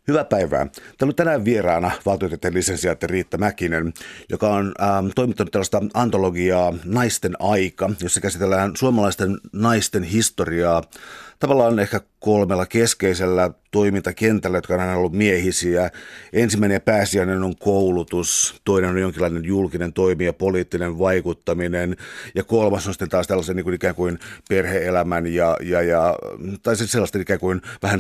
Hyvää päivää. Täällä on tänään vieraana valtiotieteen lisensiaatti Riitta Mäkinen, joka on toimittanut tällaista antologiaa Naisten aika, jossa käsitellään suomalaisten naisten historiaa tavallaan ehkä kolmella keskeisellä toimintakentällä, jotka on aina ollut miehisiä. Ensimmäinen ja pääsiäinen on koulutus, toinen on jonkinlainen julkinen toimi ja poliittinen vaikuttaminen, ja kolmas on sitten taas tällaisen niin kuin ikään kuin perhe-elämän tai sitten sellaisten ikään kuin vähän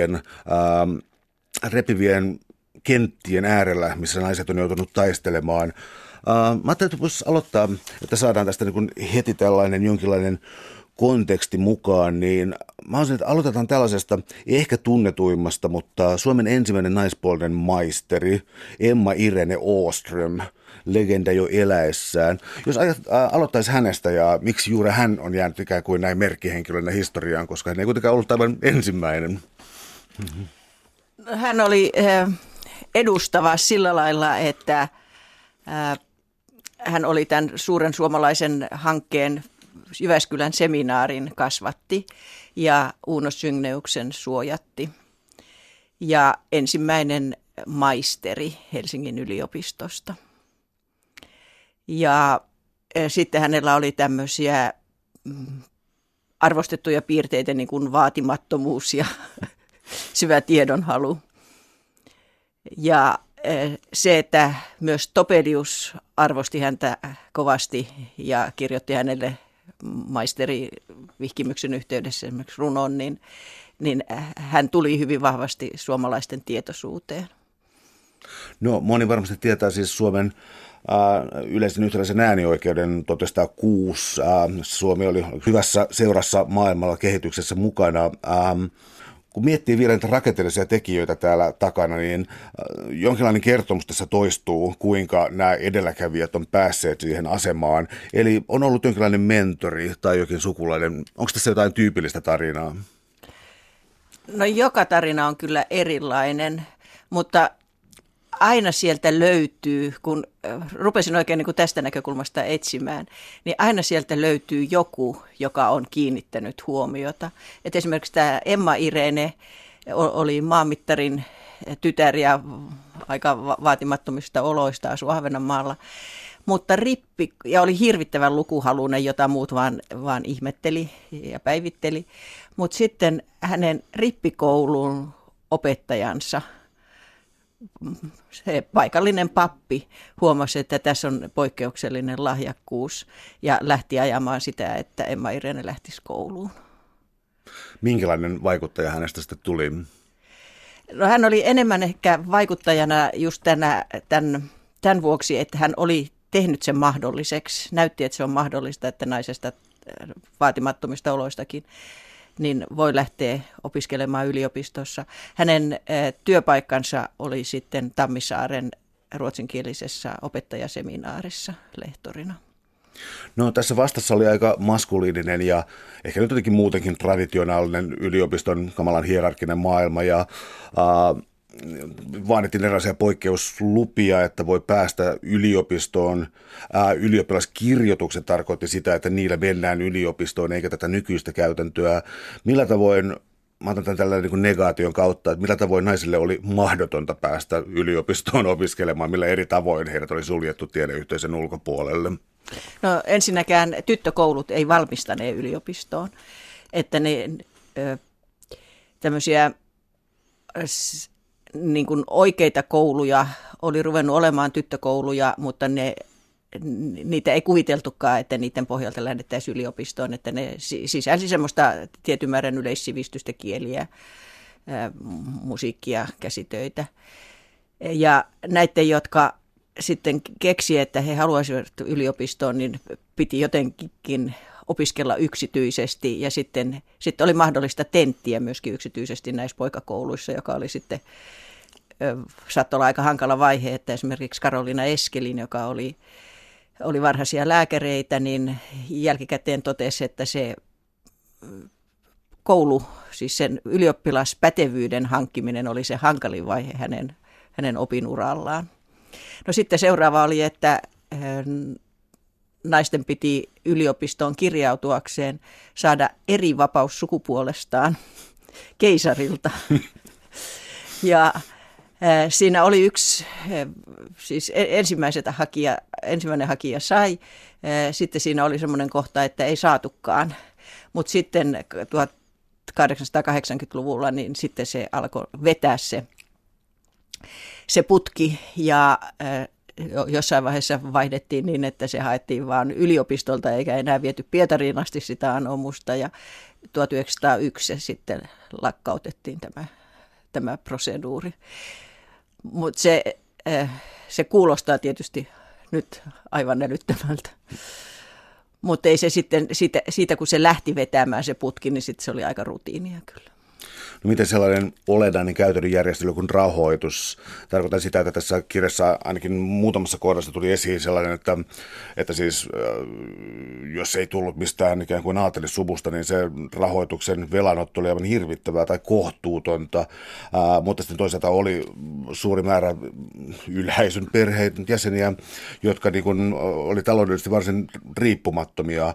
repivien kenttien äärellä, missä naiset on joutunut taistelemaan. Mä ajattelin, että voisi aloittaa, että saadaan tästä niin kuin heti tällainen jonkinlainen konteksti mukaan, niin mä haluaisin, että aloitetaan tällaisesta ehkä tunnetuimmasta, mutta Suomen ensimmäinen naispuolinen maisteri, Emma Irene Åström, legenda jo eläessään. Jos aloittaisi hänestä ja miksi juuri hän on jäänyt ikään kuin näin merkkihenkilönä historiaan, koska hän ei kuitenkaan ollut aivan ensimmäinen. Hän oli edustava sillä lailla, että hän oli tämän suuren suomalaisen hankkeen Jyväskylän seminaarin kasvatti ja Uno Sygneuksen suojatti. Ja ensimmäinen maisteri Helsingin yliopistosta. Ja sitten hänellä oli tämmöisiä arvostettuja piirteitä niin kuin vaatimattomuus ja syvä tiedonhalu. Ja se, että myös Topelius arvosti häntä kovasti ja kirjoitti hänelle maisterivihkimyksen yhteydessä esimerkiksi runon, niin hän tuli hyvin vahvasti suomalaisten tietoisuuteen. No moni varmasti tietää siis Suomen yleisen yhtäläisen äänioikeuden 1906. Suomi oli hyvässä seurassa maailmalla kehityksessä mukana. Kun miettii vielä niitä rakenteellisia tekijöitä täällä takana, niin jonkinlainen kertomus tässä toistuu, kuinka nämä edelläkävijät on päässeet siihen asemaan. Eli on ollut jonkinlainen mentori tai jokin sukulainen. Onko tässä jotain tyypillistä tarinaa? No joka tarina on kyllä erilainen, mutta aina sieltä löytyy, kun rupesin oikein niin kuin tästä näkökulmasta etsimään, niin aina sieltä löytyy joku, joka on kiinnittänyt huomiota. Et esimerkiksi tämä Emma Irene oli maanmittarin tytär ja aika vaatimattomista oloista, asui Ahvenanmaalla, mutta ja oli hirvittävän lukuhaluinen, jota muut vaan ihmetteli ja päivitteli. Mutta sitten hänen rippikoulun opettajansa, se paikallinen pappi, huomasi, että tässä on poikkeuksellinen lahjakkuus ja lähti ajamaan sitä, että Emma Irene lähtisi kouluun. Minkälainen vaikuttaja hänestä sitten tuli? No, hän oli enemmän ehkä vaikuttajana just tämän vuoksi, että hän oli tehnyt sen mahdolliseksi. Näytti, että se on mahdollista, että naisesta vaatimattomista oloistakin niin voi lähteä opiskelemaan yliopistossa. Hänen työpaikkansa oli sitten Tammisaaren ruotsinkielisessä opettajaseminaarissa lehtorina. No tässä vastassa oli aika maskuliininen ja ehkä nyt jotenkin muutenkin traditionaalinen yliopiston kamalan hierarkkinen maailma ja vaadittiin erilaisia poikkeuslupia, että voi päästä yliopistoon. Ylioppilaskirjoitukset tarkoitti sitä, että niillä mennään yliopistoon eikä tätä nykyistä käytäntöä. Millä tavoin, mä otan tämän tällainen niin kuin negaation kautta, että millä tavoin naisille oli mahdotonta päästä yliopistoon opiskelemaan, millä eri tavoin heidät oli suljettu tiedeyhteisön ulkopuolelle? No ensinnäkään tyttökoulut ei valmistaneet yliopistoon, että ne tämmöisiä niin kuin oikeita kouluja oli ruvennut olemaan tyttökouluja, mutta niitä ei kuviteltukaan, että niiden pohjalta lähdettäisiin yliopistoon, että ne sisälsi semmoista tietyn määrän yleissivistystä, kieliä, musiikkia, käsitöitä. Ja näiden, jotka sitten keksi, että he haluaisivat yliopistoon, niin piti jotenkin opiskella yksityisesti ja sitten oli mahdollista tenttiä myöskin yksityisesti näissä poikakouluissa, joka oli sitten saattoi olla aika hankala vaihe, että esimerkiksi Karoliina Eskelin, joka oli varhaisia lääkäreitä, niin jälkikäteen totesi, että se koulu, siis sen ylioppilaspätevyyden hankkiminen oli se hankalin vaihe hänen opinurallaan. No sitten seuraava oli, että naisten piti yliopistoon kirjautuakseen saada eri vapaus sukupuolestaan keisarilta. Ja siinä oli yksi, siis ensimmäinen hakija sai, sitten siinä oli semmoinen kohta, että ei saatukaan, mutta sitten 1880-luvulla niin sitten se alkoi vetää se putki ja jossain vaiheessa vaihdettiin niin, että se haettiin vaan yliopistolta eikä enää viety Pietariin asti sitä anomusta ja 1901 se sitten lakkautettiin tämä proseduuri. Mutta se kuulostaa tietysti nyt aivan älyttömältä. Mutta ei se sitten, siitä kun se lähti vetämään se putki, niin sitten se oli aika rutiinia kyllä. No miten sellainen olennainen käytännön järjestely kuin rahoitus? Tarkoitan sitä, että tässä kirjassa ainakin muutamassa kohdassa tuli esiin sellainen, että siis jos ei tullut mistään ikään kuin aatelissuvusta, niin se rahoituksen velanotto oli aivan hirvittävää tai kohtuutonta, mutta sitten toisaalta oli suuri määrä yleisön perheiden jäseniä, jotka niin kuin oli taloudellisesti varsin riippumattomia.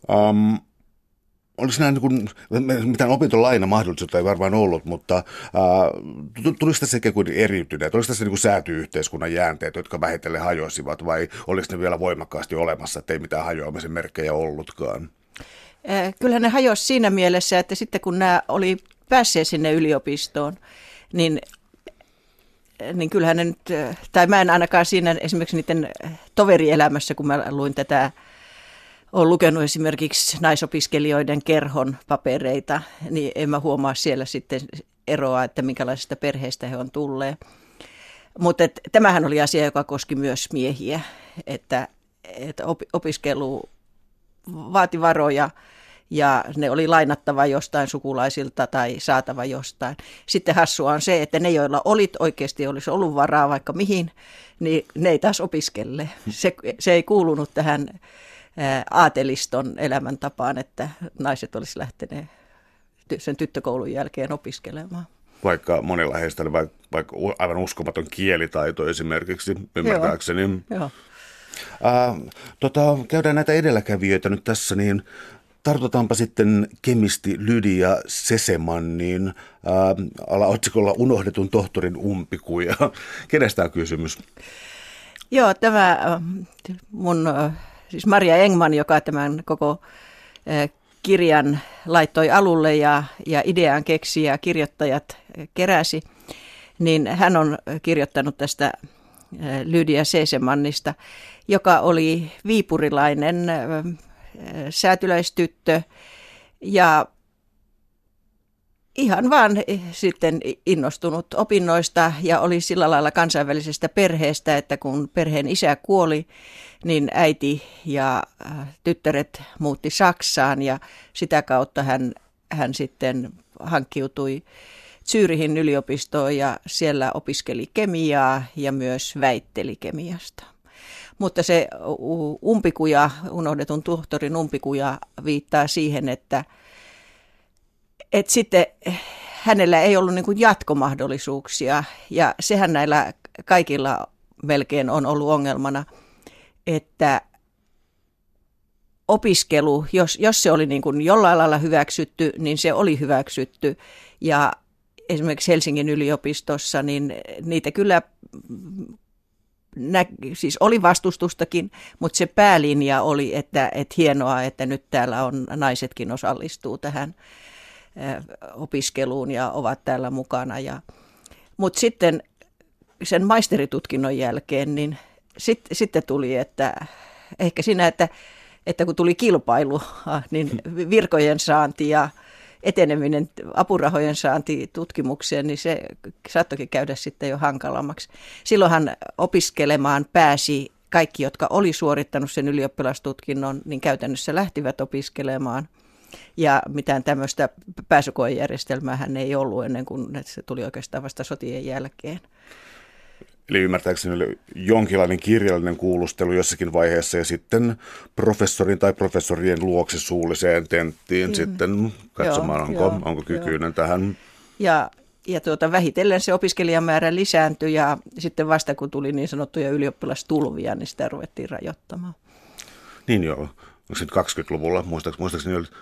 Oliko nämä niin kuin, mitään opintolainamahdollisuutta ei varmaan ollut, mutta tuliko tässä ikään kuin eriytyneet? Oliko tässä niin kuin sääty-yhteiskunnan jäänteet, jotka vähitellen hajosivat, vai oliko ne vielä voimakkaasti olemassa, että ei mitään hajoamisen merkkejä ollutkaan? Kyllähän ne hajosi siinä mielessä, että sitten kun nämä oli päässeet sinne yliopistoon, niin kyllähän ne nyt, tai mä en ainakaan siinä esimerkiksi niiden toverielämässä, kun mä luin tätä, olen lukenut esimerkiksi naisopiskelijoiden kerhon papereita, niin en mä huomaa siellä sitten eroa, että minkälaisesta perheestä he on tulleet. Mutta tämähän oli asia, joka koski myös miehiä, että opiskelu vaati varoja ja ne oli lainattava jostain sukulaisilta tai saatava jostain. Sitten hassua on se, että ne, joilla oikeasti olisi ollut varaa vaikka mihin, niin ne ei taas opiskelle. Se ei kuulunut tähän aateliston elämäntapaan, että naiset olisi lähteneet sen tyttökoulun jälkeen opiskelemaan. Vaikka monilla heistä oli vaikka aivan uskomaton kielitaito esimerkiksi, ymmärtääkseni. Joo. Käydään näitä edelläkävijöitä nyt tässä, niin tartutaanpa sitten kemisti Lydia Sesemanniin alaotsikolla Unohdetun tohtorin umpikuja. Kenestä on kysymys? Joo, tämä mun siis Maria Engman, joka tämän koko kirjan laittoi alulle ja idean keksi ja kirjoittajat keräsi, niin hän on kirjoittanut tästä Lydia Sesemannista, joka oli viipurilainen säätyläistyttö ja ihan vaan sitten innostunut opinnoista ja oli sillä lailla kansainvälisestä perheestä, että kun perheen isä kuoli, niin äiti ja tyttäret muutti Saksaan ja sitä kautta hän sitten hankkiutui Zürichin yliopistoon ja siellä opiskeli kemiaa ja myös väitteli kemiasta. Mutta se umpikuja, unohdetun tohtorin umpikuja viittaa siihen, että sitten hänellä ei ollut niin kuin jatkomahdollisuuksia ja sehän näillä kaikilla melkein on ollut ongelmana, että opiskelu, jos se oli niin kuin jollain lailla hyväksytty, niin se oli hyväksytty ja esimerkiksi Helsingin yliopistossa, niin niitä kyllä siis oli vastustustakin, mutta se päälinja oli, että hienoa, että nyt täällä on naisetkin osallistuu tähän opiskeluun ja ovat täällä mukana. Mutta sitten sen maisteritutkinnon jälkeen, niin sitten tuli, että ehkä siinä, että kun tuli kilpailu, niin virkojen saanti ja eteneminen, apurahojen saanti tutkimukseen, niin se saattoikin käydä sitten jo hankalammaksi. Silloinhan opiskelemaan pääsi kaikki, jotka oli suorittanut sen ylioppilastutkinnon, niin käytännössä lähtivät opiskelemaan. Ja mitään tämmöistä pääsykoejärjestelmää hän ei ollut ennen kuin se tuli oikeastaan vasta sotien jälkeen. Eli ymmärtääkseni oli jonkinlainen kirjallinen kuulustelu jossakin vaiheessa ja sitten professorin tai professorien luokse suulliseen tenttiin sitten katsomaan, onko kykyinen tähän. Ja vähitellen se opiskelijamäärä lisääntyi ja sitten vasta kun tuli niin sanottuja ylioppilastulvia, niin sitä ruvettiin rajoittamaan. Niin joo. Onko se nyt 20-luvulla, muistaakseni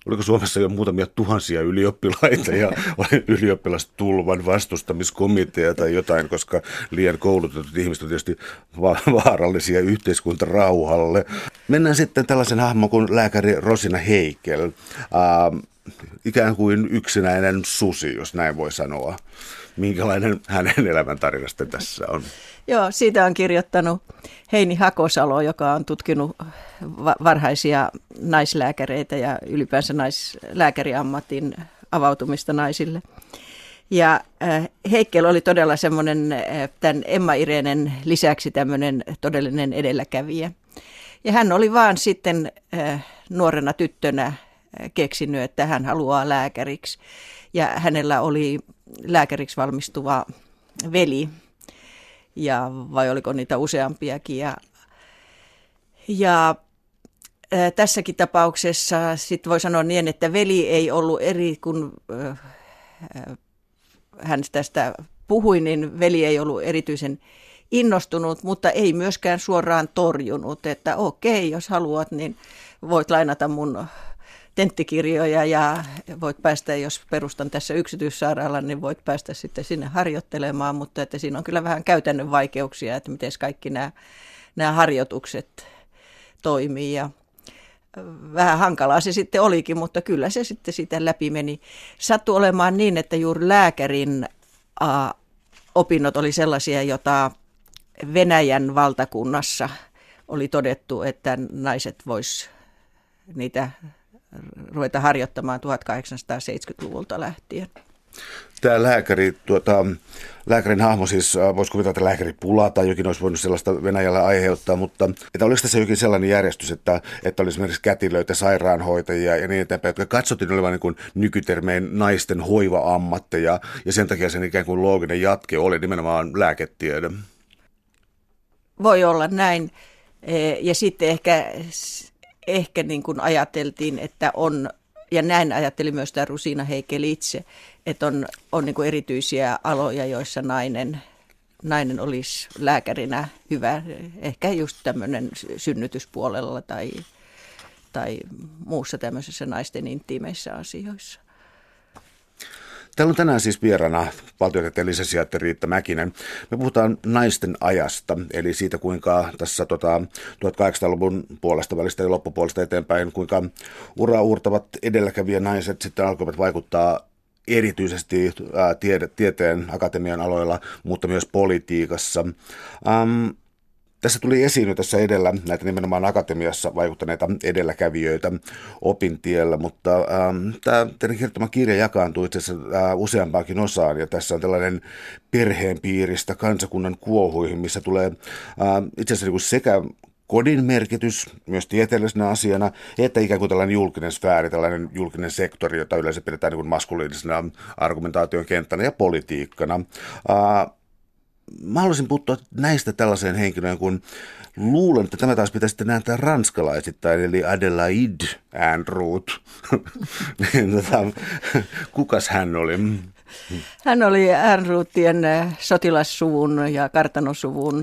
oliko Suomessa jo muutamia tuhansia ylioppilaita ja oli ylioppilastulvan vastustamiskomitea tai jotain, koska liian koulutetut ihmiset on tietysti vaarallisia yhteiskuntarauhalle. Mennään sitten tällaisen hahmon kuin lääkäri Rosina Heikel, ikään kuin yksinäinen susi, jos näin voi sanoa. Minkälainen hänen elämäntarinasta tässä on? Joo, siitä on kirjoittanut Heini Hakosalo, joka on tutkinut varhaisia naislääkäreitä ja ylipäänsä lääkäriammatin avautumista naisille. Ja Heikel oli todella semmoinen tämän Emma Irenen lisäksi tämmöinen todellinen edelläkävijä. Ja hän oli vaan sitten nuorena tyttönä keksinyt, että hän haluaa lääkäriksi. Ja hänellä oli lääkäriksi valmistuva veli, ja vai oliko niitä useampiakin. Ja tässäkin tapauksessa sit voi sanoa niin, että veli ei ollut eri, kun hän tästä puhui, niin veli ei ollut erityisen innostunut, mutta ei myöskään suoraan torjunut, että okei, jos haluat, niin voit lainata mun tenttikirjoja ja voit päästä, jos perustan tässä yksityissairaalan, niin voit päästä sitten sinne harjoittelemaan, mutta että siinä on kyllä vähän käytännön vaikeuksia, että miten kaikki nämä harjoitukset toimii ja vähän hankalaa se sitten olikin, mutta kyllä se sitten siitä läpi meni. Sattui olemaan niin, että juuri lääkärin opinnot oli sellaisia, jota Venäjän valtakunnassa oli todettu, että naiset vois niitä ruveta harjoittamaan 1870-luvulta lähtien. Tämä lääkärin hahmo siis, voisi kuvitella, että lääkäripula tai jokin olisi voinut sellaista Venäjällä aiheuttaa, mutta että oliko tässä jokin sellainen järjestys, että oli esimerkiksi kätilöitä, sairaanhoitajia ja niin eteenpäin, jotka katsottiin olevan niin kuin nykytermein naisten hoiva-ammatteja, ja sen takia sen ikään kuin looginen jatke oli nimenomaan lääketiede. Voi olla näin, ja sitten ehkä niin kuin ajateltiin, että on, ja näin ajatteli myös tämä Rosina Heikel itse, että on niin kuin erityisiä aloja, joissa nainen olisi lääkärinä hyvä, ehkä just tämmöinen synnytyspuolella tai muussa tämmöisessä naisten intiimeissä asioissa. Täällä on tänään siis vieraana valtiotieteen lisensiaatti Riitta Mäkinen. Me puhutaan naisten ajasta, eli siitä kuinka tässä 1800-luvun puolesta välistä ja loppupuolesta eteenpäin, kuinka uraa uurtavat edelläkävijä naiset sitten alkoivat vaikuttaa erityisesti tieteen akatemian aloilla, mutta myös politiikassa. Tässä tuli esiin tässä edellä näitä nimenomaan akatemiassa vaikuttaneita edelläkävijöitä opintiellä, mutta tämä teidän kirjoittama kirja jakaantuu itse asiassa useampaankin osaan, ja tässä on tällainen perheen piiristä kansakunnan kuohuihin, missä tulee itse asiassa niin sekä kodin merkitys myös tieteellisenä asiana, että ikään kuin tällainen julkinen sfääri, tällainen julkinen sektori, jota yleensä pidetään niin kuin maskuliinisena argumentaation kenttänä ja politiikkana. Mä haluaisin puuttua näistä tällaiseen henkilöön, kun luulen, että tämä taas pitäisi sitten nähdä ranskalaisittain, eli Adelaide Ehrnrooth. Kukas hän oli? Hän oli Ehrnroothien sotilassuvun ja kartanosuvun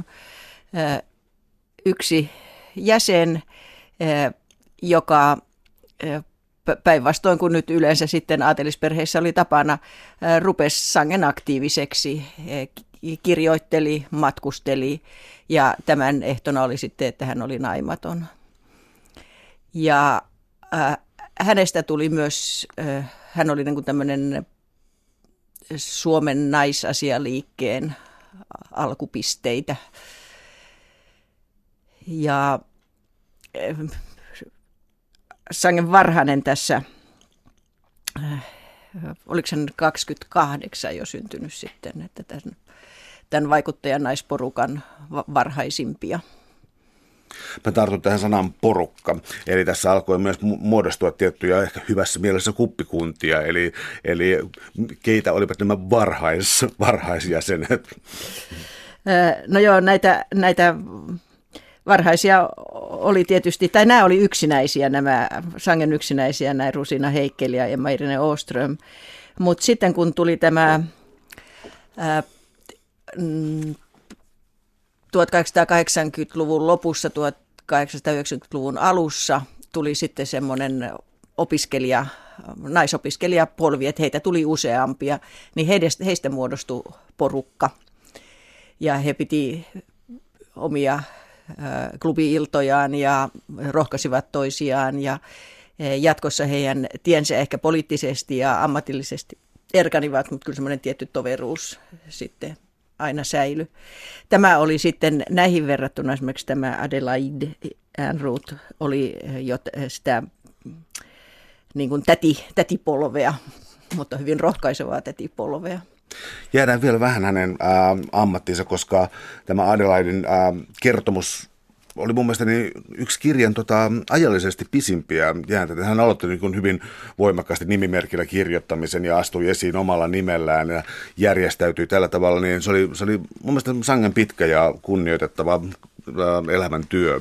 yksi jäsen, joka päinvastoin kuin nyt yleensä sitten aatelisperheissä oli tapana, rupesi sangen aktiiviseksi, kirjoitteli, matkusteli ja tämän ehtona oli sitten, että hän oli naimaton. Ja hänestä tuli myös, hän oli niin kuin tämmöinen Suomen naisasialiikkeen alkupisteitä. Ja sangen varhainen tässä, oliko hän 28 jo syntynyt sitten, että tämän vaikuttajan naisporukan varhaisimpia. Mä tartun tähän sanaan porukka, eli tässä alkoi myös muodostua tiettyjä ehkä hyvässä mielessä kuppikuntia, eli keitä olivat nämä varhaisjäsenet? No joo, näitä varhaisia oli tietysti, tai nämä oli yksinäisiä, nämä sangen yksinäisiä, näin Rosina Heikel ja Emma Irene Åström. Mutta sitten kun tuli tämä 1880-luvun lopussa, 1890-luvun alussa, tuli sitten semmoinen naisopiskelijapolvi, että heitä tuli useampia, niin heistä muodostui porukka. Ja he piti omia klubi-iltojaan ja rohkaisivat toisiaan ja jatkossa heidän tiensä ehkä poliittisesti ja ammatillisesti erkanivat, mutta kyllä semmoinen tietty toveruus sitten aina säilyi. Tämä oli sitten näihin verrattuna esimerkiksi tämä Adelaide Ehrnrooth oli jo sitä niin kuin tätipolvea, mutta hyvin rohkaisevaa tätipolvea. Jäädään vielä vähän hänen ammattinsa, koska tämä Adelaiden kertomus oli mun mielestäni yksi kirjan ajallisesti pisimpiä jäänteitä. Hän aloitti niin hyvin voimakkaasti nimimerkillä kirjoittamisen ja astui esiin omalla nimellään ja järjestäytyi tällä tavalla. Niin se oli mun mielestä sangen pitkä ja kunnioitettava elämäntyö.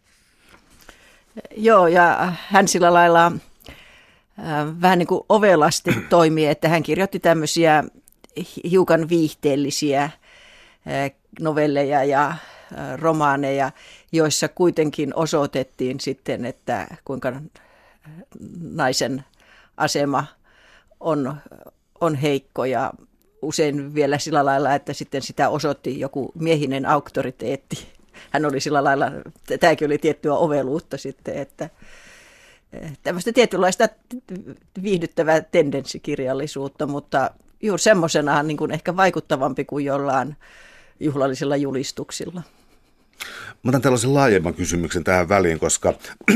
Joo, ja hän sillä lailla vähän niin kuin ovelasti toimi, että hän kirjoitti tämmöisiä hiukan viihteellisiä novelleja ja romaaneja, joissa kuitenkin osoitettiin sitten, että kuinka naisen asema on heikko ja usein vielä sillä lailla, että sitten sitä osoitti joku miehinen auktoriteetti. Hän oli sillä lailla, tämäkin oli tiettyä oveluutta sitten, että tämmöistä tietynlaista viihdyttävää tendenssikirjallisuutta, mutta juuri semmoisenaan niin kuin ehkä vaikuttavampi kuin jollain juhlallisilla julistuksilla. Mä otan tällaisen laajemman kysymyksen tähän väliin, koska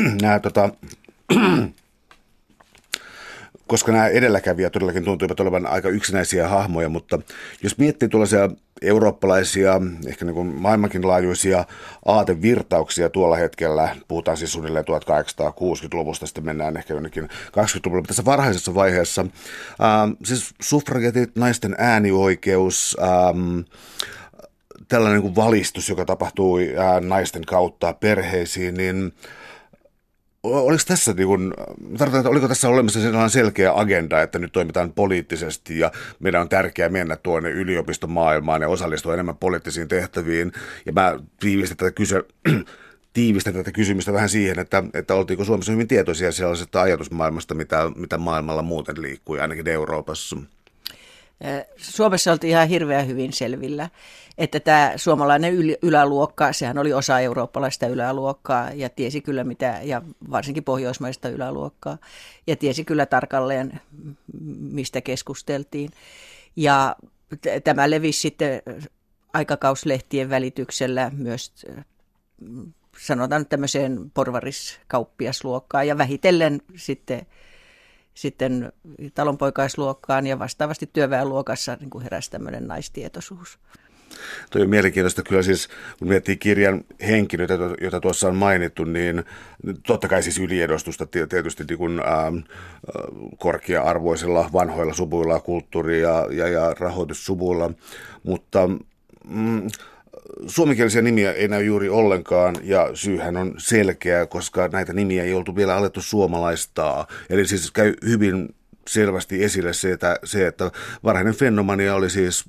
nämä edelläkävijät todellakin tuntuivat olevan aika yksinäisiä hahmoja, mutta jos miettii tuollaisia eurooppalaisia, ehkä niin kuin maailmankin laajuisia aatevirtauksia tuolla hetkellä, puhutaan siis suunnilleen 1860-luvusta, sitten mennään ehkä jonnekin 20-luvulle, mutta tässä varhaisessa vaiheessa, siis suffragetit, naisten äänioikeus, tällainen niin kuin valistus, joka tapahtui naisten kautta perheisiin, niin oliko tässä, oliko tässä olemassa sellainen selkeä agenda, että nyt toimitaan poliittisesti ja meidän on tärkeää mennä tuonne yliopistomaailmaan ja osallistua enemmän poliittisiin tehtäviin? Ja mä tiivistän tätä kysymystä vähän siihen, että oltiinko Suomessa hyvin tietoisia sellaisesta ajatusmaailmasta, mitä maailmalla muuten liikkui, ainakin Euroopassa? Suomessa oltiin ihan hirveän hyvin selvillä, että tämä suomalainen yläluokka, sehän oli osa eurooppalaista yläluokkaa ja tiesi kyllä mitä, ja varsinkin pohjoismaista yläluokkaa, ja tiesi kyllä tarkalleen, mistä keskusteltiin. Ja tämä levisi sitten aikakauslehtien välityksellä myös, sanotaan tämmöiseen porvariskauppiasluokkaan, ja vähitellen sitten talonpoikaisluokkaan ja vastaavasti työväenluokassa niin kuin heräsi tämmöinen naistietoisuus. Tuo on mielenkiintoista kyllä siis, kun miettii kirjan henkilöitä, joita tuossa on mainittu, niin totta kai siis yliedostusta tietysti niin kuin, korkea-arvoisilla vanhoilla suvuilla, kulttuuri- ja rahoitussuvuilla, mutta suomenkielisiä nimiä ei näy juuri ollenkaan, ja syyhän on selkeä, koska näitä nimiä ei oltu vielä alettu suomalaistaa. Eli siis käy hyvin selvästi esille se, että varhainen Fennomania oli siis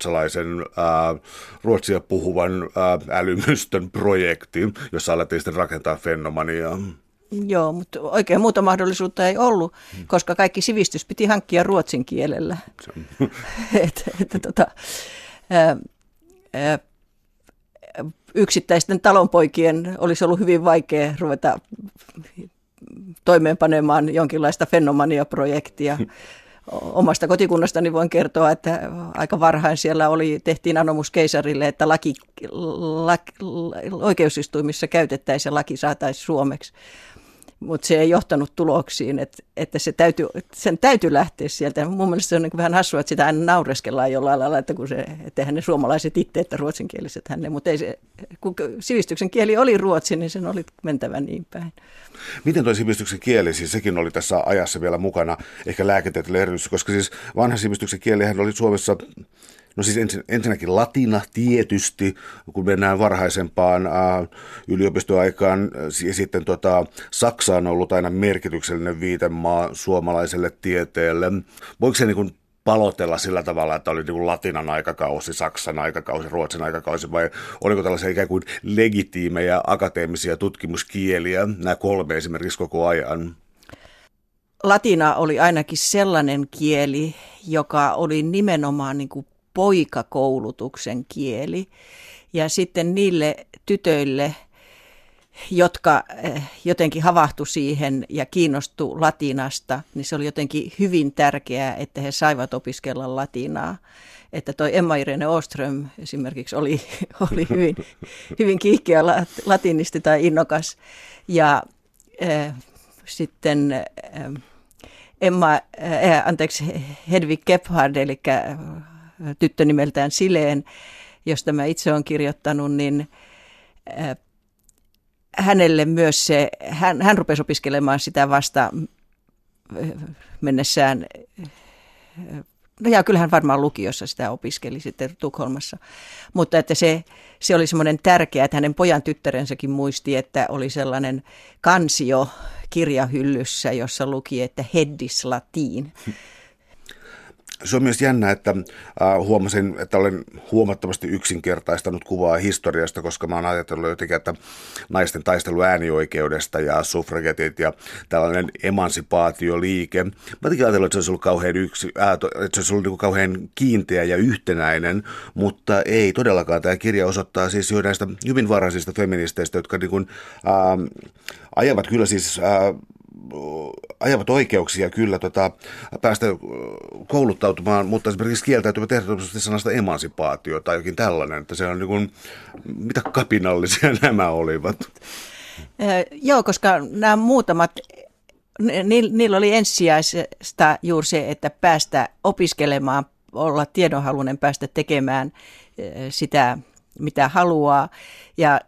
ruotsia puhuvan älymystön projekti, jossa alettiin sitten rakentaa Fennomaniaa. Joo, mutta oikein muuta mahdollisuutta ei ollut, koska kaikki sivistys piti hankkia ruotsin kielellä. Yksittäisten talonpoikien olisi ollut hyvin vaikea ruveta toimeenpanemaan jonkinlaista Fennomania-projektia. Omasta kotikunnastani voin kertoa, että aika varhain siellä tehtiin anomus keisarille, että oikeusistuimissa käytettäisiin ja laki saataisiin suomeksi. Mutta se ei johtanut tuloksiin, että sen täytyy lähteä sieltä. Mun mielestä se on niin vähän hassua, että sitä aina naureskellaan jollain lailla, että eihän ne suomalaiset itse, että ruotsinkieliset hänne, mutta kun sivistyksen kieli oli ruotsi, niin sen oli mentävä niin päin. Miten tuo sivistyksen kieli, siis sekin oli tässä ajassa vielä mukana, ehkä lääketieteellinen erityisesti, koska siis vanha sivistyksen kielihän oli Suomessa. No siis ensinnäkin latina tietysti, kun mennään varhaisempaan yliopistoaikaan, ja sitten Saksa on ollut aina merkityksellinen viitemaa suomalaiselle tieteelle. Voiko se niin kuin palotella sillä tavalla, että oli niin kuin latinan aikakausi, Saksan aikakausi, Ruotsin aikakausi, vai oliko tällaisia ikään kuin legitiimejä akateemisia tutkimuskieliä, nämä kolme esimerkiksi koko ajan? latina oli ainakin sellainen kieli, joka oli nimenomaan niin kuin poikakoulutuksen kieli. Ja sitten niille tytöille, jotka jotenkin havahtu siihen ja kiinnostu latinasta, niin se oli jotenkin hyvin tärkeää, että he saivat opiskella latinaa. Että toi Emma-Irene Åström esimerkiksi oli hyvin kiihkeä latinisti tai innokas. Ja sitten Hedvig Gebhard, eli tyttö nimeltään Sileen, josta mä itse olen kirjoittanut, niin hänelle myös hän rupesi opiskelemaan sitä vasta mennessään, no ja kyllähän varmaan lukiossa sitä opiskeli sitten Tukholmassa, mutta että se oli semmoinen tärkeä, että hänen pojan tyttärensäkin muisti, että oli sellainen kansio kirjahyllyssä, jossa luki, että Heddis latiin. Se on myös jännä, että huomasin, että olen huomattavasti yksinkertaistanut kuvaa historiasta, koska mä oon ajatellut jotenkin, että naisten taistelu äänioikeudesta ja suffragetit ja tällainen emansipaatioliike. Mä jotenkin ajatellut, että se olisi ollut kauhean kiinteä ja yhtenäinen, mutta ei todellakaan. Tämä kirja osoittaa siis jo näistä hyvin varhaisista feministeistä, jotka niin kuin, ajavat kyllä siis ajavat oikeuksia kyllä päästä kouluttautumaan, mutta esimerkiksi kieltäytyvät ehdottomasti sanasta emansipaatio tai jokin tällainen, että se on niin kuin, mitä kapinallisia nämä olivat. Joo, koska nämä muutamat, niillä oli ensisijaista juuri se, että päästä opiskelemaan, olla tiedonhaluinen, päästä tekemään sitä, mitä haluaa, ja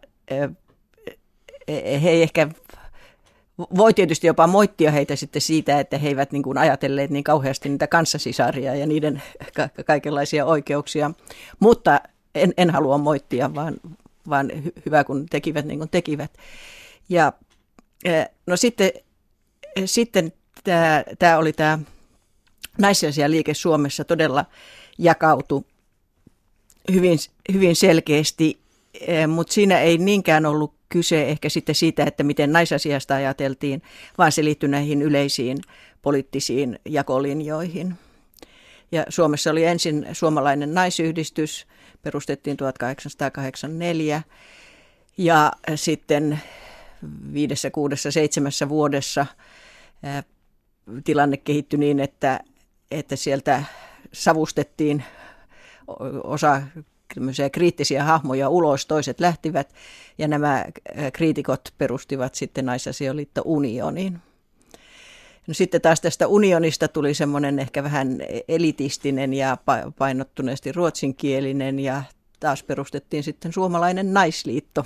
he ehkä voi tietysti jopa moittia heitä sitten siitä, että he eivät niin kuin ajatelleet niin kauheasti niitä kanssasisaria ja niiden kaikenlaisia oikeuksia, mutta en halua moittia, vaan hyvä kun tekivät niin kuin tekivät. Ja no sitten tämä oli tämä naisasialiike Suomessa todella jakautui hyvin selkeästi, mutta siinä ei niinkään ollut kyse ehkä sitten siitä, että miten naisasiasta ajateltiin, vaan se liittyi näihin yleisiin poliittisiin jakolinjoihin. Ja Suomessa oli ensin suomalainen naisyhdistys, perustettiin 1884, ja sitten 5, 6, 7 vuodessa tilanne kehittyi niin, että sieltä savustettiin osa kriittisiä hahmoja ulos, toiset lähtivät ja nämä kriitikot perustivat sitten Naisasialiitto Unioniin. No sitten taas tästä unionista tuli semmoinen ehkä vähän elitistinen ja painottuneesti ruotsinkielinen ja taas perustettiin sitten Suomalainen naisliitto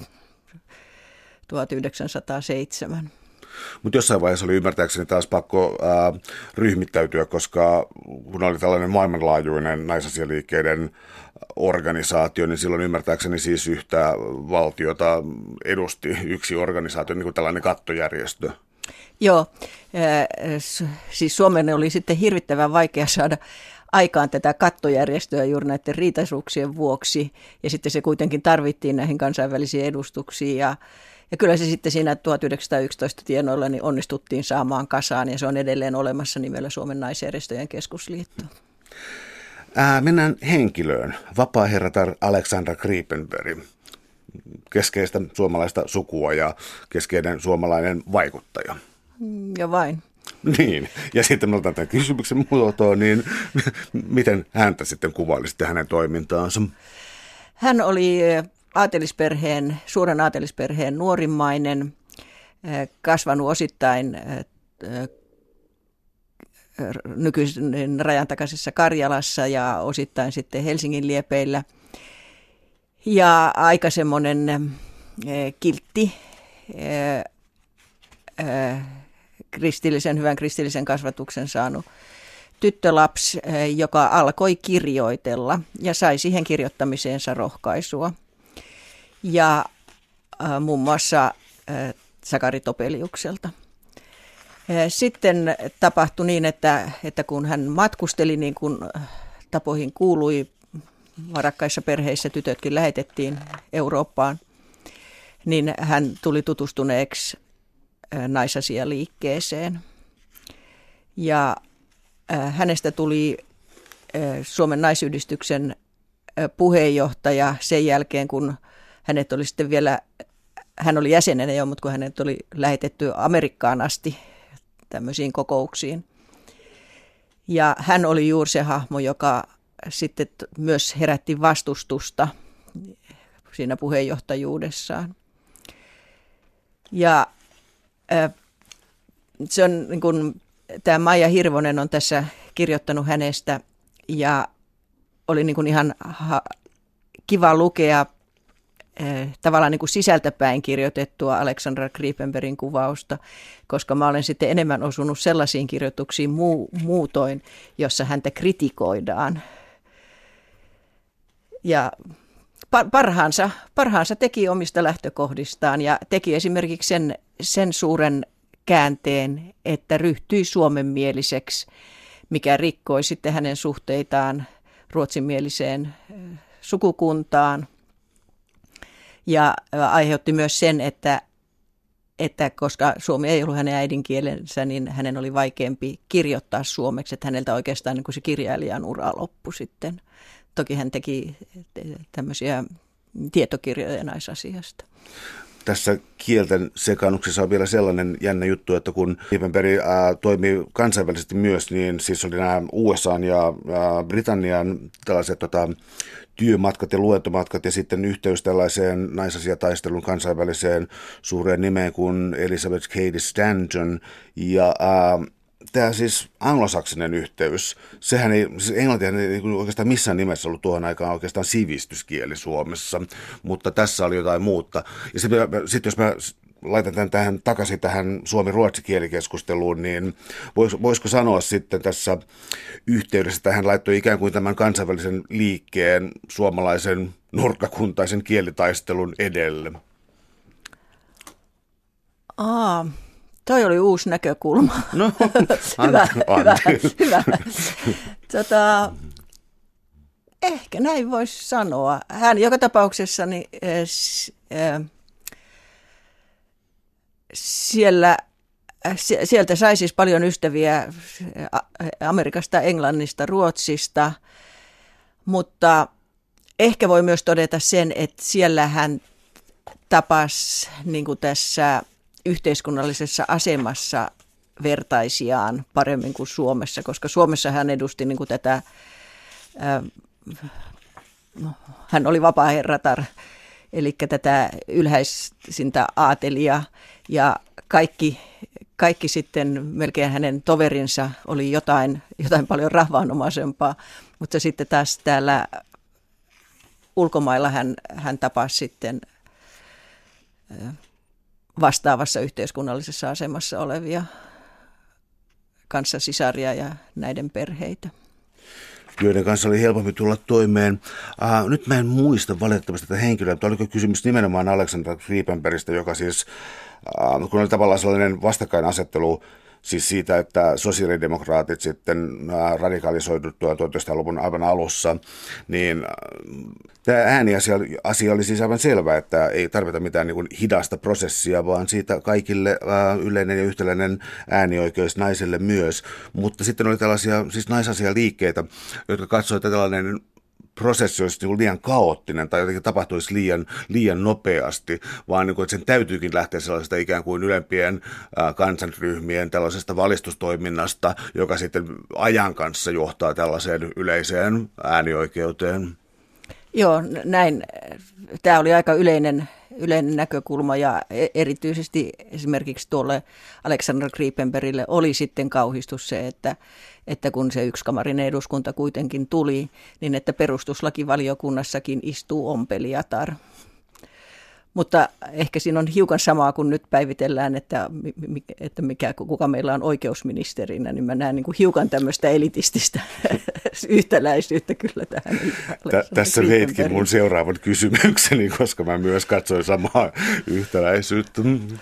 1907. Mutta jossain vaiheessa oli ymmärtääkseni taas pakko ryhmittäytyä, koska kun oli tällainen maailmanlaajuinen naisasialiikkeiden organisaatio, niin silloin ymmärtääkseni siis yhtä valtiota edusti yksi organisaatio, niin kuin tällainen kattojärjestö. Joo, siis Suomen oli sitten hirvittävän vaikea saada aikaan tätä kattojärjestöä juuri näiden riitaisuuksien vuoksi, ja sitten se kuitenkin tarvittiin näihin kansainvälisiin edustuksiin, ja kyllä se sitten siinä 1911 tienoilla niin onnistuttiin saamaan kasaan, ja se on edelleen olemassa nimellä Suomen naisjärjestöjen keskusliitto. Mennään henkilöön. Vapaaherratar Alexandra Gripenberg, keskeistä suomalaista sukua ja keskeinen suomalainen vaikuttaja. Ja vain. Niin, ja sitten me otetaan tämän kysymyksen muotoon, niin miten häntä sitten kuvailisitte hänen toimintaansa? Hän oli suuren aatelisperheen nuorimmainen, kasvanut osittain nykyisen rajan takaisessa Karjalassa ja osittain sitten Helsingin liepeillä. Ja aika semmoinen kiltti, hyvän kristillisen kasvatuksen saanut tyttölapsi, joka alkoi kirjoitella ja sai siihen kirjoittamiseensa rohkaisua. Ja muun muassa Sakari Topeliukselta. Sitten tapahtui niin, että kun hän matkusteli, niin kuin tapoihin kuului, varakkaissa perheissä tytötkin lähetettiin Eurooppaan, niin hän tuli tutustuneeksi naisasialiikkeeseen. Ja hänestä tuli Suomen naisyhdistyksen puheenjohtaja sen jälkeen, kun hänet oli sitten vielä, hän oli jäsenenä jo, mutta kun hänet oli lähetetty Amerikkaan asti tämmöisiin kokouksiin. Ja hän oli juuri se hahmo, joka sitten myös herätti vastustusta siinä puheenjohtajuudessaan. Ja se on niin kuin, tämä Maija Hirvonen on tässä kirjoittanut hänestä ja oli niin kuin ihan kiva lukea tavallaan niin kuin sisältäpäin kirjoitettua Alexandra Gripenbergin kuvausta, koska mä olen sitten enemmän osunut sellaisiin kirjoituksiin muutoin, jossa häntä kritikoidaan. Ja parhaansa teki omista lähtökohdistaan ja teki esimerkiksi sen suuren käänteen, että ryhtyi suomenmieliseksi, mikä rikkoi sitten hänen suhteitaan ruotsinmieliseen sukukuntaan. Ja aiheutti myös sen, että koska suomi ei ollut hänen äidinkielensä, niin hänen oli vaikeampi kirjoittaa suomeksi, että häneltä oikeastaan niin kuin se kirjailijan ura loppui sitten. Toki hän teki tämmöisiä tietokirjoja naisasiasta. Tässä kielten sekaannuksessa on vielä sellainen jännä juttu, että kun Gripenberg toimii kansainvälisesti myös, niin siis oli nämä USAn ja Britannian tällaiset työmatkat ja luentomatkat ja sitten yhteys tällaiseen naisasiataistelun kansainväliseen suureen nimeen kuin Elizabeth Cady Stanton ja tämä siis anglosaksinen yhteys, sehän ei, siis englantihan ei oikeastaan missään nimessä ollut tuohon aikaan oikeastaan sivistyskieli Suomessa, mutta tässä oli jotain muuta. Ja sitten jos mä laitan tämän takaisin tähän suomi-ruotsi kielikeskusteluun, niin voisiko sanoa sitten tässä yhteydessä, että hän laittoi ikään kuin tämän kansainvälisen liikkeen suomalaisen nurkkakuntaisen kielitaistelun edelle? Toi oli uusi näkökulma. No, hyvä. Ehkä näin voisi sanoa. Hän joka tapauksessa niin, sieltä sai siis paljon ystäviä Amerikasta, Englannista, Ruotsista, mutta ehkä voi myös todeta sen, että siellä hän tapasi niin kuin tässä yhteiskunnallisessa asemassa vertaisiaan paremmin kuin Suomessa, koska Suomessa hän edusti niin kuin tätä, hän oli vapaaherratar, eli tätä ylhäisintä aatelia ja kaikki sitten melkein hänen toverinsa oli jotain paljon rahvaanomaisempaa, mutta sitten taas täällä ulkomailla hän tapasi sitten vastaavassa yhteiskunnallisessa asemassa olevia kanssasisaria ja näiden perheitä. Joiden kanssa oli helpompi tulla toimeen. Nyt mä en muista valitettavasti tätä henkilöä, mutta oliko kysymys nimenomaan Alexandra Gripenbergistä, joka siis, kun oli tavallaan sellainen vastakkainasettelu, siis siitä, että sosiaalidemokraatit sitten radikalisoiduttua 1900-luvun aivan alussa, niin tämä ääniasia oli siis aivan selvä, että ei tarvita mitään niin kuin hidasta prosessia, vaan siitä kaikille yleinen ja yhtäläinen äänioikeus naiselle myös. Mutta sitten oli tällaisia siis naisasialiikkeitä, jotka katsoivat, että tällainen prosessi olisi niin liian kaoottinen tai jotenkin tapahtuisi liian nopeasti, vaan niin kuin, että sen täytyykin lähteä sellaisesta ikään kuin ylempien kansanryhmien tällaisesta valistustoiminnasta, joka sitten ajan kanssa johtaa tällaiseen yleiseen äänioikeuteen. Joo, näin. Tämä oli aika yleinen näkökulma ja erityisesti esimerkiksi tuolle Alexander Gripenbergille oli sitten kauhistus se, että kun se yksikamarinen eduskunta kuitenkin tuli, niin että perustuslakivaliokunnassakin istuu ompelijatar. Mutta ehkä siinä on hiukan samaa, kun nyt päivitellään, että kuka meillä on oikeusministerinä, niin mä näen niin kuin hiukan tämmöistä elitististä yhtäläisyyttä kyllä tähän. Tässä veitkin mun seuraavan kysymykseni, koska mä myös katsoin samaa yhtäläisyyttä.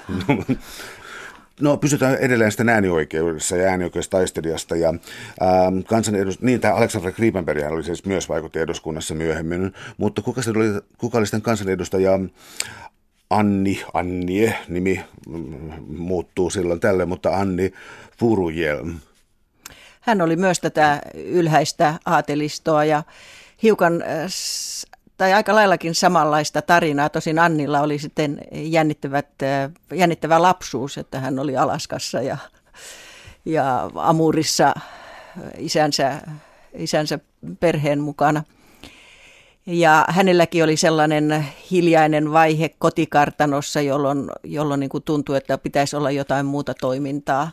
No, pysytään edelleen sitten äänioikeudessa ja äänioikeustaistelijasta. Ja tämä Alexandra Gripenberg oli siis myös vaikutti eduskunnassa myöhemmin, mutta kuka oli sitten kansanedustaja Annie, nimi muuttuu silloin tälle, mutta Anni Furujelm. hän oli myös tätä ylhäistä aatelistoa ja hiukan tai aika laillakin samanlaista tarinaa. Tosin Annilla oli sitten jännittävä lapsuus, että hän oli Alaskassa ja Amurissa isänsä perheen mukana. Ja hänelläkin oli sellainen hiljainen vaihe kotikartanossa, jolloin niin kuin tuntui, että pitäisi olla jotain muuta toimintaa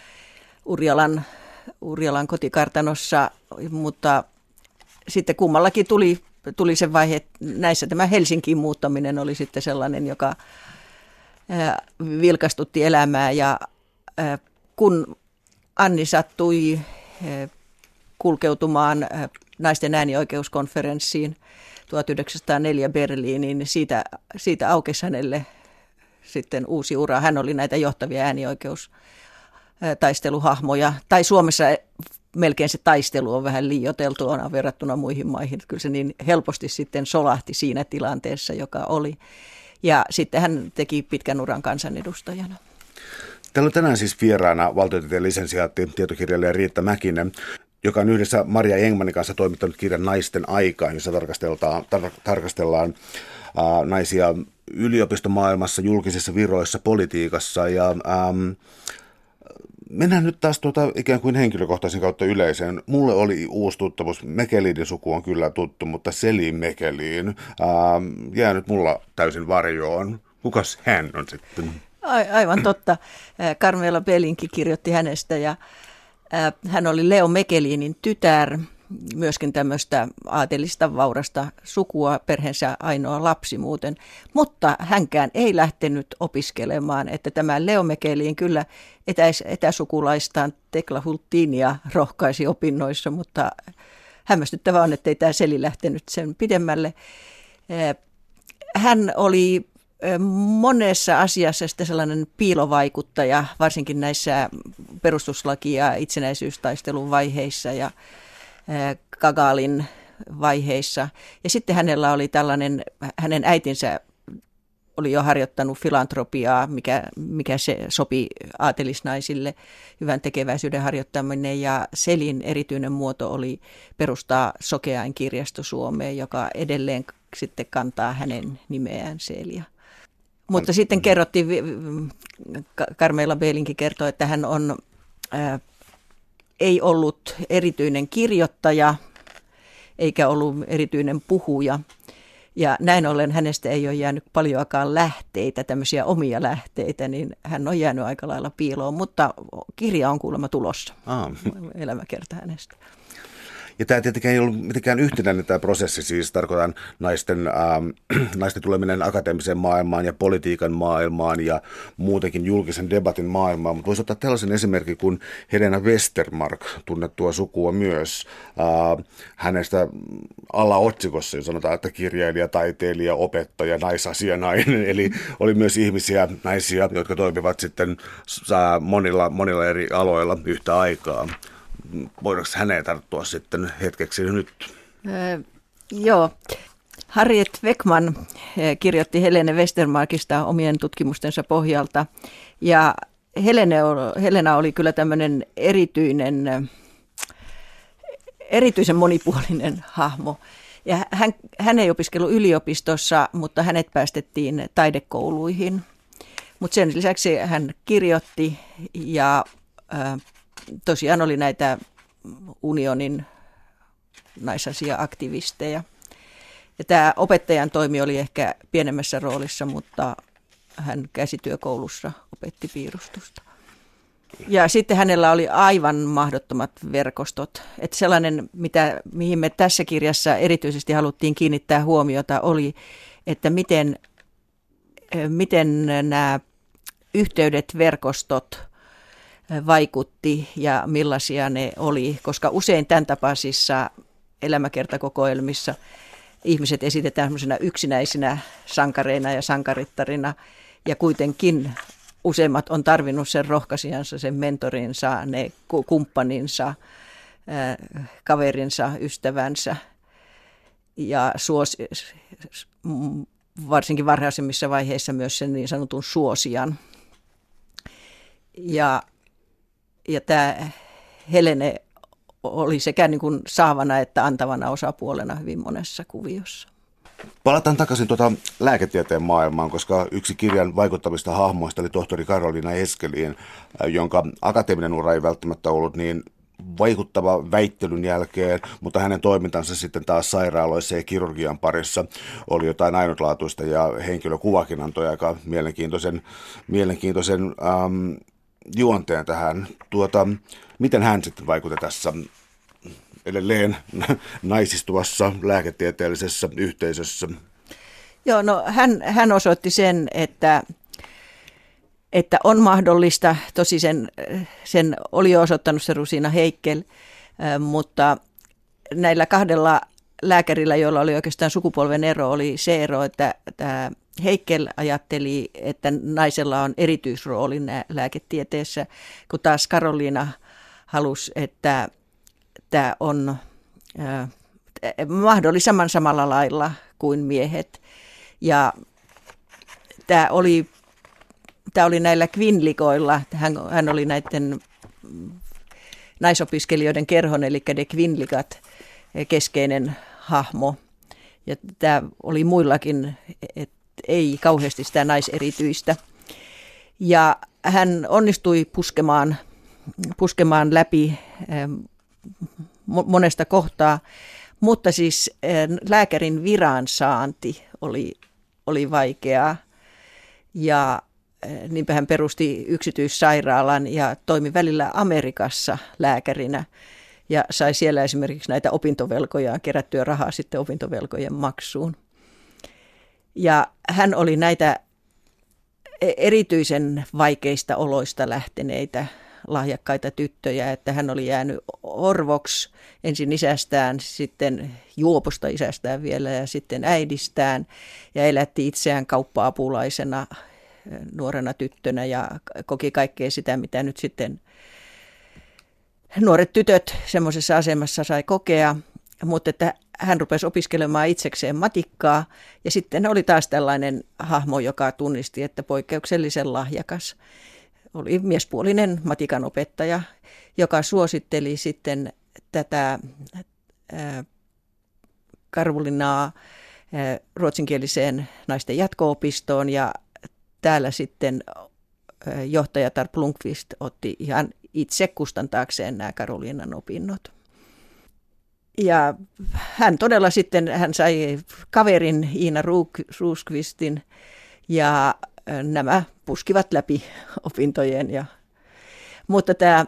Urjalan kotikartanossa, mutta sitten kummallakin tuli se vaihe, että näissä tämä Helsinkiin muuttaminen oli sitten sellainen, joka vilkastutti elämää ja kun Anni sattui kulkeutumaan naisten äänioikeuskonferenssiin 1904 Berliiniin, niin siitä aukesi hänelle sitten uusi ura. Hän oli näitä johtavia äänioikeustaisteluhahmoja, tai Suomessa melkein se taistelu on vähän liioiteltua verrattuna muihin maihin. Kyllä se niin helposti sitten solahti siinä tilanteessa, joka oli. Ja sitten hän teki pitkän uran kansanedustajana. Täällä on tänään siis vieraana valtiotieteen lisensiaatti, tietokirjailija Riitta Mäkinen, joka on yhdessä Maria Engmanin kanssa toimittanut kirjan Naisten aika, jossa tarkastellaan naisia yliopistomaailmassa, julkisissa viroissa, politiikassa. Ja mennään nyt taas ikään kuin henkilökohtaisen kautta yleiseen. Mulle oli uusi tuttavuus. Mekelinin suku on kyllä tuttu, mutta Selin Mekelin jää nyt mulla täysin varjoon. Kukas hän on sitten? Aivan totta. Carmela Belinki kirjoitti hänestä ja hän oli Leo Mekelinin tytär, myöskin tämmöistä aatelista vaurasta sukua, perheensä ainoa lapsi muuten, mutta hänkään ei lähtenyt opiskelemaan, että tämä Leo Mekelin kyllä etäsukulaistaan Tekla Hultinia rohkaisi opinnoissa, mutta hämmästyttävää on, että ei tämä Seli lähtenyt sen pidemmälle. Hän oli monessa asiassa sitten sellainen piilovaikuttaja, varsinkin näissä perustuslaki- ja itsenäisyystaistelun vaiheissa ja Gagalin vaiheissa. Ja sitten hänellä oli hänen äitinsä oli jo harjoittanut filantropiaa, mikä se sopi aatelisnaisille, hyvän tekeväisyyden harjoittaminen. Ja Selin erityinen muoto oli perustaa Sokeain kirjasto Suomeen, joka edelleen sitten kantaa hänen nimeään Celia. Mutta sitten kerrottiin, Carmela Belinki kertoi, että hän ei ollut erityinen kirjoittaja eikä ollut erityinen puhuja. Ja näin ollen hänestä ei ole jäänyt paljoakaan lähteitä, tämmöisiä omia lähteitä, niin hän on jäänyt aika lailla piiloon, mutta kirja on kuulemma tulossa. Elämäkerta hänestä. Ja tämä tietenkään ei ollut mitenkään yhtenäinen tämä prosessi, siis tarkoitan naisten tuleminen akateemiseen maailmaan ja politiikan maailmaan ja muutenkin julkisen debatin maailmaan. Mutta voisi ottaa tällaisen esimerkin kuin Helena Westermark, tunnettua sukua myös. Hänestä alaotsikossa sanotaan, että kirjailija, taiteilija, opettaja, naisasianainen. Eli oli myös naisia, jotka toimivat sitten monilla eri aloilla yhtä aikaa. Voidaanko häneen tarttua sitten hetkeksi nyt? Joo. Harriet Weckman kirjoitti Helene Westermarkista omien tutkimustensa pohjalta. Ja Helena oli kyllä tämmöinen erityisen monipuolinen hahmo. Ja hän ei opiskellut yliopistossa, mutta hänet päästettiin taidekouluihin. Mutta sen lisäksi hän kirjoitti ja tosiaan oli näitä unionin naisasia-aktivisteja. Ja tämä opettajan toimi oli ehkä pienemmässä roolissa, mutta hän käsityökoulussa opetti piirustusta. Ja sitten hänellä oli aivan mahdottomat verkostot. Että sellainen, mihin me tässä kirjassa erityisesti haluttiin kiinnittää huomiota, oli, että miten nämä yhteydet, verkostot vaikutti ja millaisia ne oli, koska usein tämän tapaisissa elämäkertakokoelmissa ihmiset esitetään semmoisina yksinäisinä sankareina ja sankarittarina, ja kuitenkin useimmat on tarvinnut sen rohkaisijansa, sen mentorinsa, ne kumppaninsa, kaverinsa, ystävänsä ja varsinkin varhaisemmissa vaiheissa myös sen niin sanotun suosijan. Ja tämä Helene oli sekä niin kuin saavana että antavana osapuolena hyvin monessa kuviossa. Palataan takaisin lääketieteen maailmaan, koska yksi kirjan vaikuttavista hahmoista oli tohtori Karoliina Eskelin, jonka akateeminen ura ei välttämättä ollut niin vaikuttava väittelyn jälkeen, mutta hänen toimintansa sitten taas sairaaloissa ja kirurgian parissa oli jotain ainutlaatuista ja henkilökuvakin antoi aika mielenkiintoisen juonteen tähän. Miten hän sitten vaikutti tässä edelleen naisistuvassa lääketieteellisessä yhteisössä? Joo, no hän osoitti sen, että on mahdollista, tosi sen oli jo osoittanut se Rosina Heikel, mutta näillä kahdella lääkärillä, joilla oli oikeastaan sukupolven ero, oli se ero, että tämä Heikel ajatteli, että naisella on erityisrooli lääketieteessä, kun taas Karoliina halusi, että tämä on mahdollisimman samalla lailla kuin miehet. Ja tämä oli näillä Quinligoilla, hän oli näiden naisopiskelijoiden kerhon, eli de Quinligat, keskeinen hahmo. Ja tämä oli muillakin, että ei kauheasti sitä naiserityistä. Ja hän onnistui puskemaan läpi monesta kohtaa, mutta siis lääkärin viran saanti oli vaikeaa. Ja niinpä hän perusti yksityissairaalan ja toimi välillä Amerikassa lääkärinä ja sai siellä esimerkiksi näitä opintovelkojaan kerättyä rahaa sitten opintovelkojen maksuun. Ja hän oli näitä erityisen vaikeista oloista lähteneitä lahjakkaita tyttöjä, että hän oli jäänyt orvoksi ensin isästään, sitten juoposta isästään vielä ja sitten äidistään ja elätti itseään kauppa-apulaisena nuorena tyttönä ja koki kaikkea sitä, mitä nyt sitten nuoret tytöt semmoisessa asemassa sai kokea, mutta että hän rupesi opiskelemaan itsekseen matikkaa ja sitten oli taas tällainen hahmo, joka tunnisti, että poikkeuksellisen lahjakas. Oli miespuolinen matikan opettaja, joka suositteli sitten tätä Karolinaa ruotsinkieliseen naisten jatko-opistoon ja täällä sitten johtajatar Blomqvist otti ihan itse kustantaakseen nämä Karoliinan opinnot. Ja hän todella sitten, hän sai kaverin Iina Roosqvistin ja nämä puskivat läpi opintojen. Mutta tämä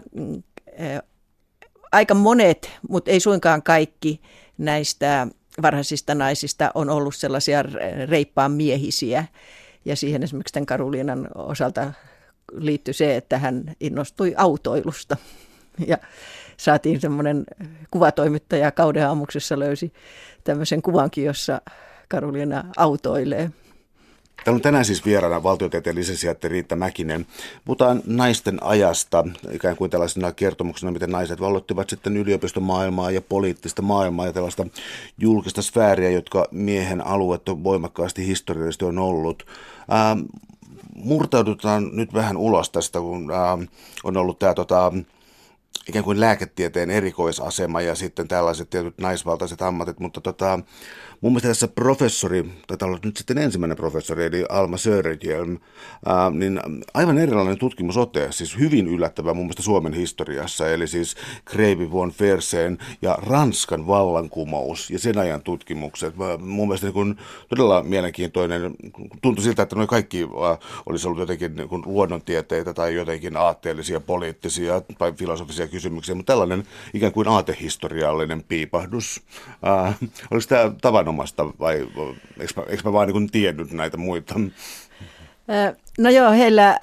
aika monet, mutta ei suinkaan kaikki näistä varhaisista naisista on ollut sellaisia reippaan miehisiä. Ja siihen esimerkiksi tämän Karoliinan osalta liittyi se, että hän innostui autoilusta. Ja saatiin semmoinen kuvatoimittaja Kauden aamuksessa löysi tämmöisen kuvankin, jossa Karoliina autoilee. Täällä on tänään siis vieraana valtiotieteen lisensiaatti Riitta Mäkinen. Puhutaan naisten ajasta, ikään kuin tällaisena kertomuksena, miten naiset vallottivat sitten yliopistomaailmaa ja poliittista maailmaa ja tällaista julkista sfääriä, jotka miehen alueet on voimakkaasti historiallisesti on ollut. Murtaudutaan nyt vähän ulos tästä, kun on ollut tämä ikään kuin lääketieteen erikoisasema ja sitten tällaiset tietyt naisvaltaiset ammatit, mutta mun mielestä tässä professori, taitaa olla nyt sitten ensimmäinen professori, eli Alma Söderhielm, niin aivan erilainen tutkimusote, siis hyvin yllättävä mun mielestä Suomen historiassa, eli siis Kreivi von Fersen ja Ranskan vallankumous ja sen ajan tutkimukset. Mun mielestä niin todella mielenkiintoinen, tuntui siltä, että noi kaikki olisi ollut jotenkin niin kuin luonnontieteitä tai jotenkin aatteellisia, poliittisia tai filosofisia kysymyksiä, mutta tällainen ikään kuin aatehistoriallinen piipahdus. Oliko tämä tavanomasta vai eikö mä vaan niin tiennyt näitä muita? No joo, heillä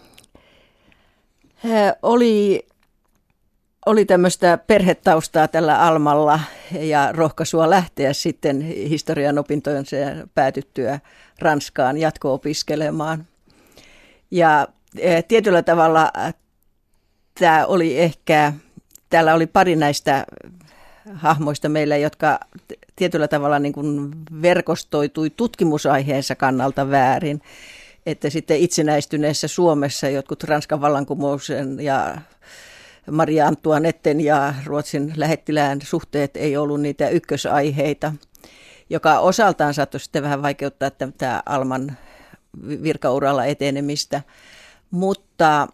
oli tämmöistä perhetaustaa tällä Almalla ja rohkaisua lähteä sitten historian opintojen päätyttyä Ranskaan jatko-opiskelemaan. Ja tietyllä tavalla täällä oli pari näistä hahmoista meillä, jotka tietyllä tavalla niin kuin verkostoitui tutkimusaiheensa kannalta väärin. Että sitten itsenäistyneessä Suomessa jotkut Ranskan vallankumouksen ja Maria Antoinetten ja Ruotsin lähettilään suhteet ei ollut niitä ykkösaiheita, joka osaltaan saattoi sitten vähän vaikeuttaa tätä Alman virkauralla etenemistä, mutta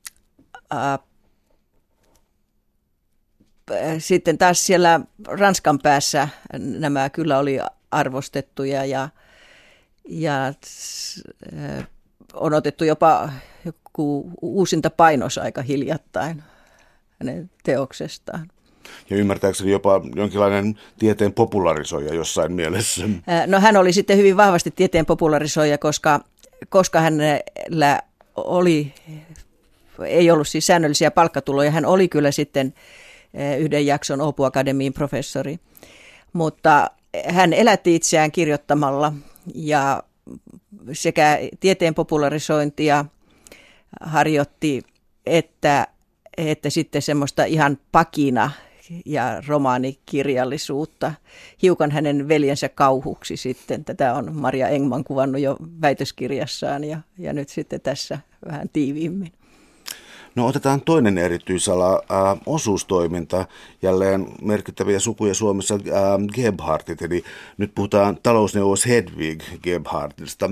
sitten taas siellä Ranskan päässä nämä kyllä oli arvostettuja ja on otettu jopa joku uusinta painos aika hiljattain hänen teoksestaan. Ja ymmärtääkseni jopa jonkinlainen tieteen popularisoija jossain mielessä. No hän oli sitten hyvin vahvasti tieteen popularisoija, koska hänellä ei ollut siis säännöllisiä palkkatuloja. Hän oli kyllä sitten yhden jakson Åbo Akademiin professori, mutta hän elätti itseään kirjoittamalla ja sekä tieteen popularisointia harjoitti, että sitten semmoista ihan pakina ja romaanikirjallisuutta. Hiukan hänen veljensä kauhuksi sitten. Tätä on Maria Engman kuvannut jo väitöskirjassaan ja nyt sitten tässä vähän tiiviimmin. No otetaan toinen erityisala, osuustoiminta, jälleen merkittäviä sukuja Suomessa, Gebhardtit, eli nyt puhutaan talousneuvos Hedvig Gebhardtista.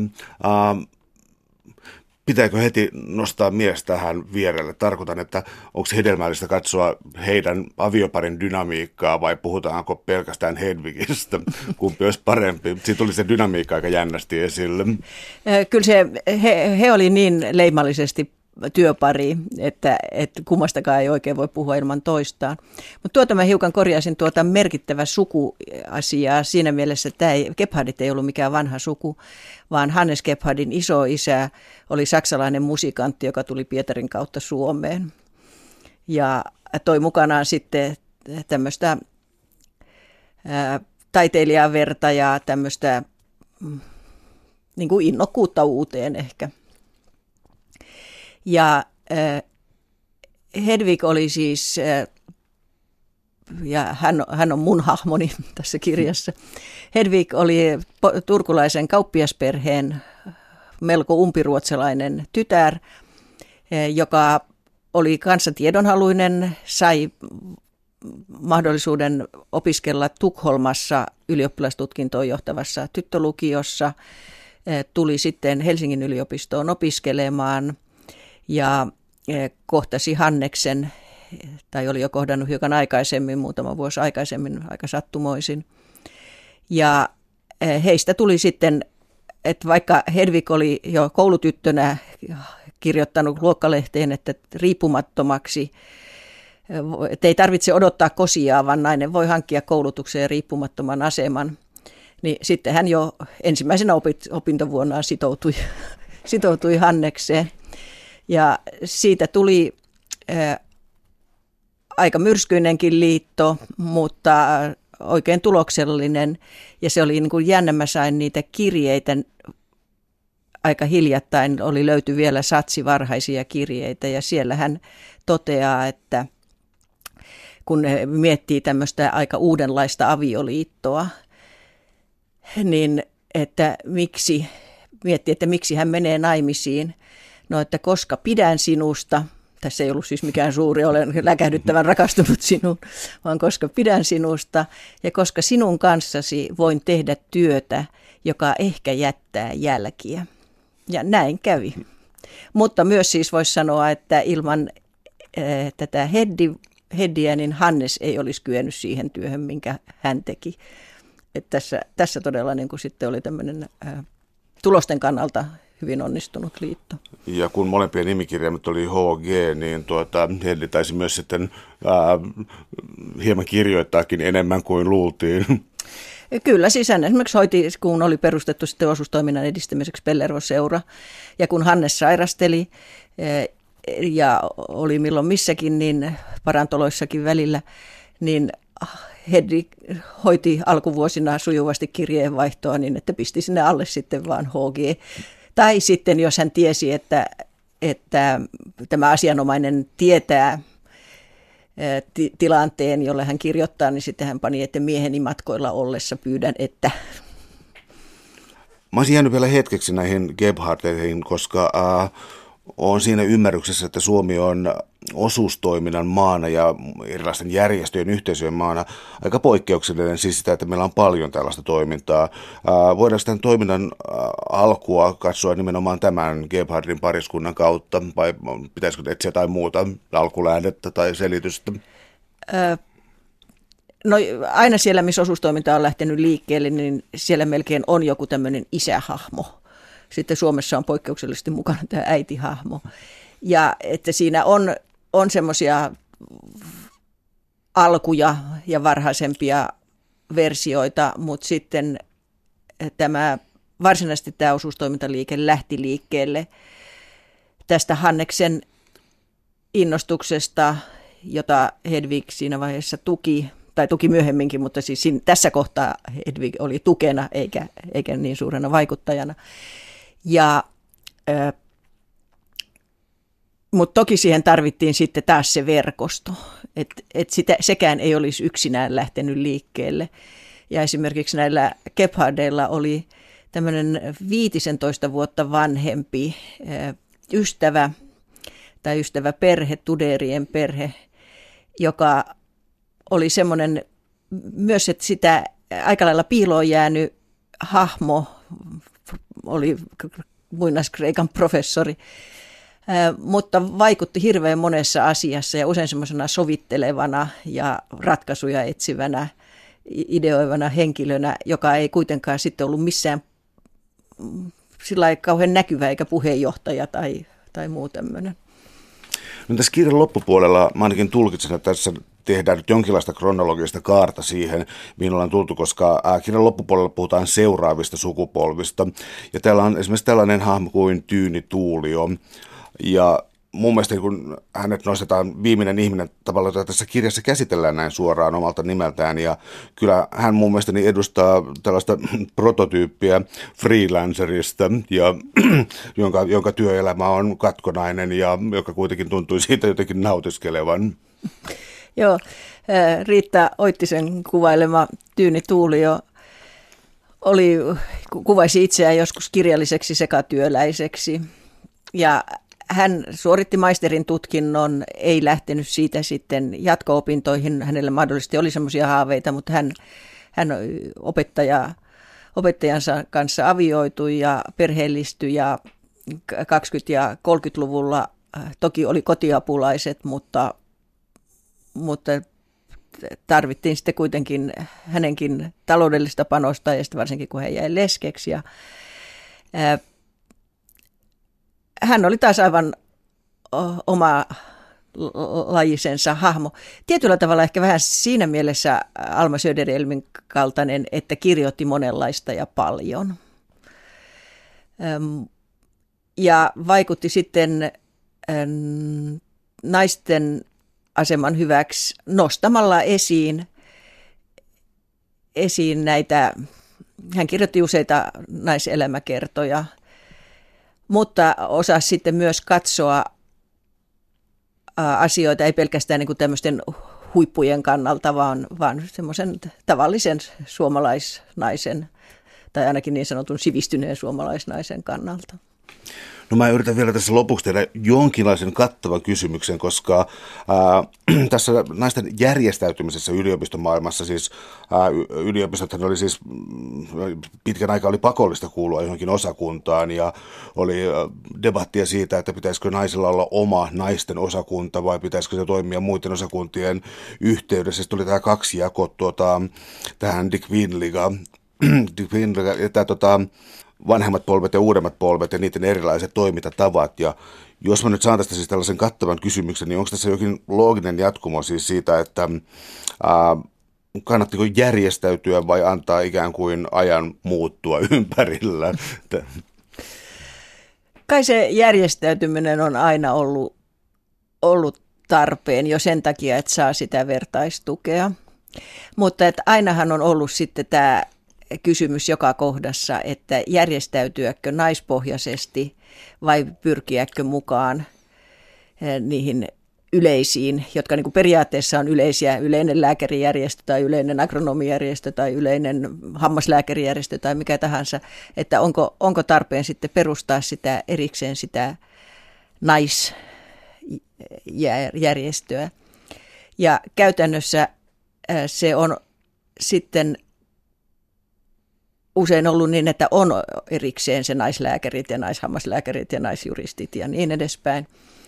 Pitääkö heti nostaa mies tähän vierelle? Tarkoitan, että onko hedelmällistä katsoa heidän avioparin dynamiikkaa vai puhutaanko pelkästään Hedvigistä? Kumpi olisi parempi? Siitä tuli se dynamiikka aika jännästi esille. Kyllä he oli niin leimallisesti työpari, että kummastakaan ei oikein voi puhua ilman toistaan. Mutta mä hiukan korjaisin merkittävä sukuasiaa siinä mielessä, että Gebhardit ei ollut mikään vanha suku, vaan Hannes Gebhardin isoisä oli saksalainen musikantti, joka tuli Pietarin kautta Suomeen. Ja toi mukanaan sitten tämmöistä taiteilijaverta ja tämmöistä niin kuin innokkuutta uuteen ehkä. Ja Hedvig oli siis, ja hän on mun hahmoni tässä kirjassa, Hedvig oli turkulaisen kauppiasperheen melko umpiruotsalainen tytär, joka oli kanssa tiedonhaluinen, sai mahdollisuuden opiskella Tukholmassa ylioppilastutkintoon johtavassa tyttölukiossa, tuli sitten Helsingin yliopistoon opiskelemaan ja kohtasi Hanneksen, tai oli jo kohdannut hiukan aikaisemmin, muutama vuosi aikaisemmin, aika sattumoisin. Ja heistä tuli sitten, että vaikka Hedvig oli jo koulutyttönä kirjoittanut luokkalehteen, että riippumattomaksi, että ei tarvitse odottaa kosiaa, vaan nainen voi hankkia koulutukseen riippumattoman aseman, niin sitten hän jo ensimmäisenä opintovuonnaan sitoutui Hannekseen. Ja siitä tuli aika myrskyinenkin liitto, mutta oikein tuloksellinen. Ja se oli niin kuin jännä, mä sain niitä kirjeitä aika hiljattain, löytyi vielä satsi varhaisia kirjeitä. Ja siellä hän toteaa, että kun miettii tämmöistä aika uudenlaista avioliittoa, niin miettii, että miksi hän menee naimisiin. No, että koska pidän sinusta, tässä ei ollut siis mikään suuri, olen läkähdyttävän rakastunut sinuun, vaan koska pidän sinusta ja koska sinun kanssasi voin tehdä työtä, joka ehkä jättää jälkiä. Ja näin kävi. Mutta myös siis voisi sanoa, että ilman tätä Heddiä, niin Hannes ei olisi kyennyt siihen työhön, minkä hän teki. Että tässä todella niin kuin sitten oli tämmöinen tulosten kannalta hyvin onnistunut liitto. Ja kun molempien nimikirjaimet oli HG, niin Heddi taisi myös sitten hieman kirjoittaakin enemmän kuin luultiin. Kyllä, siis hän esimerkiksi hoiti, kun oli perustettu sitten osuustoiminnan edistämiseksi Pellervo-seura, ja kun Hannes sairasteli ja oli milloin missäkin, niin parantoloissakin välillä, niin Heddi hoiti alkuvuosina sujuvasti kirjeenvaihtoa niin, että pisti sinne alle sitten vaan HG. Tai sitten jos hän tiesi, että tämä asianomainen tietää tilanteen, jolle hän kirjoittaa, niin sitten hän pani, että mieheni matkoilla ollessa pyydän, että... Mä olisin jäänyt vielä hetkeksi näihin Gebhardteihin, koska on siinä ymmärryksessä, että Suomi on osuustoiminnan maana ja erilaisten järjestöjen yhteisöjen maana aika poikkeuksellinen siis sitä, että meillä on paljon tällaista toimintaa. Voidaanko tämän toiminnan alkua katsoa nimenomaan tämän Gebhardin pariskunnan kautta vai pitäisikö etsiä jotain muuta alkulähdettä tai selitystä? No aina siellä, missä osuustoiminta on lähtenyt liikkeelle, niin siellä melkein on joku tämmöinen isähahmo. Sitten Suomessa on poikkeuksellisesti mukana tämä äitihahmo. Ja että siinä on semmoisia alkuja ja varhaisempia versioita, mutta sitten varsinaisesti tämä osuustoimintaliike lähti liikkeelle tästä Hanneksen innostuksesta, jota Hedvig siinä vaiheessa tuki myöhemminkin, mutta siis tässä kohtaa Hedvig oli tukena eikä niin suurena vaikuttajana. Mutta toki siihen tarvittiin sitten taas se verkosto, että sekään ei olisi yksinään lähtenyt liikkeelle. Ja esimerkiksi näillä Gebhardeilla oli tämmöinen 15 vuotta vanhempi ystäväperhe, Tuderien perhe, joka oli semmoinen myös, että sitä aika lailla piiloon jäänyt hahmo, oli muinaiskreikan professori, mutta vaikutti hirveän monessa asiassa ja usein semmoisena sovittelevana ja ratkaisuja etsivänä, ideoivana henkilönä, joka ei kuitenkaan sitten ollut missään sillä lailla kauhean näkyvä eikä puheenjohtaja tai muu tämmöinen. No tässä kirjan loppupuolella mä ainakin tulkitsen, että tässä tehdään nyt jonkinlaista kronologista kaarta siihen, mihin ollaan tultu, koska kirjan loppupuolella puhutaan seuraavista sukupolvista. Ja täällä on esimerkiksi tällainen hahmo kuin Tyyni Tuulio. Ja mun mielestä kun hänet nostetaan viimeinen ihminen tavallaan, jota tässä kirjassa käsitellään näin suoraan omalta nimeltään. Ja kyllä hän mun mielestäni edustaa tällaista prototyyppiä freelancerista, ja, jonka työelämä on katkonainen ja joka kuitenkin tuntui siitä jotenkin nautiskelevan. Joo, Riitta Oittisen kuvailema Tyyni Tuulio kuvaisi itseään joskus kirjalliseksi sekatyöläiseksi ja hän suoritti maisterin tutkinnon, ei lähtenyt siitä sitten jatko-opintoihin. Hänellä mahdollisesti oli semmoisia haaveita, mutta hän opettajansa kanssa avioitui ja perheellistyi ja 20- ja 30-luvulla toki oli kotiapulaiset, mutta tarvittiin sitten kuitenkin hänenkin taloudellista panosta ja sitten varsinkin kun hän jäi leskeksi. Ja, hän oli taas aivan oma lajisensa hahmo. Tietyllä tavalla ehkä vähän siinä mielessä Alma Söderelmin kaltainen, että kirjoitti monenlaista ja paljon. Ja vaikutti sitten naisten aseman hyväksi nostamalla esiin näitä, hän kirjoitti useita naiselämäkertoja, mutta osasi sitten myös katsoa asioita ei pelkästään niin kuin tämmöisten huippujen kannalta, vaan semmoisen tavallisen suomalaisnaisen tai ainakin niin sanotun sivistyneen suomalaisnaisen kannalta. No mä yritän vielä tässä lopuksi tehdä jonkinlaisen kattavan kysymyksen, koska tässä naisten järjestäytymisessä yliopistomaailmassa, siis yliopistothan oli siis pitkän aikaa oli pakollista kuulua johonkin osakuntaan ja oli debattia siitä, että pitäisikö naisilla olla oma naisten osakunta vai pitäisikö se toimia muiden osakuntien yhteydessä. Sitten tuli tämä kaksijako tähän Dick Winliga, vanhemmat polvet ja uudemmat polvet ja niiden erilaiset toimintatavat. Ja jos mä nyt saan tästä siis tällaisen kattavan kysymyksen, niin onko tässä jokin looginen jatkumo siis siitä, että kannattiko järjestäytyä vai antaa ikään kuin ajan muuttua ympärillä? Kai se järjestäytyminen on aina ollut tarpeen jo sen takia, että saa sitä vertaistukea. Mutta että ainahan on ollut sitten tämä kysymys joka kohdassa, että järjestäytyäkö naispohjaisesti vai pyrkiäkö mukaan niihin yleisiin, jotka niin kuin periaatteessa on yleisiä, yleinen lääkärijärjestö tai yleinen agronomijärjestö tai yleinen hammaslääkärijärjestö tai mikä tahansa, että onko tarpeen sitten perustaa sitä erikseen sitä järjestöä. Ja käytännössä se on sitten usein ollut niin, että on erikseen se naislääkärit ja naishammaslääkärit ja naisjuristit ja niin edespäin.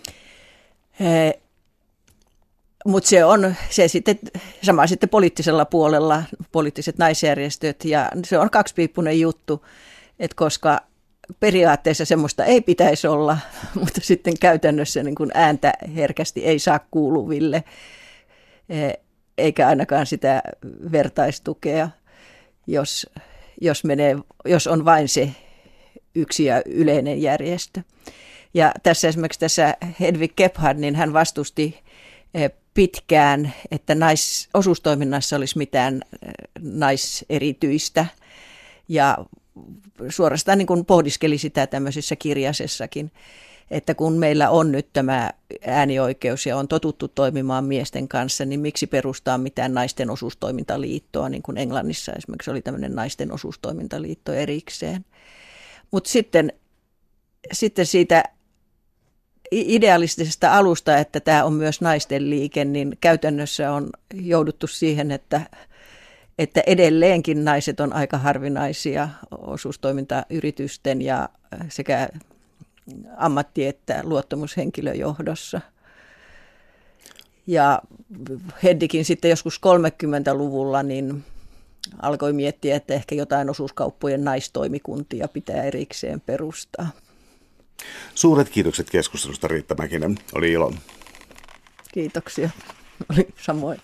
Mutta se sitten sama sitten poliittisella puolella, poliittiset naisjärjestöt, ja se on kaksipiippunen juttu, että koska periaatteessa semmoista ei pitäisi olla, mutta sitten käytännössä niin kun ääntä herkästi ei saa kuuluville, eikä ainakaan sitä vertaistukea, jos on vain se yksi ja yleinen järjestö. Ja tässä esimerkiksi tässä Hedvig Gebhard, niin hän vastusti pitkään, että osuustoiminnassa olisi mitään naiserityistä, ja suorastaan niin kuin pohdiskeli sitä tämmöisessä kirjasessakin, että kun meillä on nyt tämä äänioikeus ja on totuttu toimimaan miesten kanssa, niin miksi perustaa mitään naisten osuustoimintaliittoa, niin kuin Englannissa esimerkiksi oli tämmöinen naisten osuustoimintaliitto erikseen. Mutta sitten siitä idealistisesta alusta, että tämä on myös naisten liike, niin käytännössä on jouduttu siihen, että edelleenkin naiset on aika harvinaisia osuustoimintayritysten ja sekä ammatti- että luottamushenkilöjohdossa. Ja Heddigin sitten joskus 30-luvulla niin alkoi miettiä, että ehkä jotain osuuskauppojen naistoimikuntia pitää erikseen perustaa. Suuret kiitokset keskustelusta, Riitta Mäkinen. Oli ilo. Kiitoksia. Oli samoin.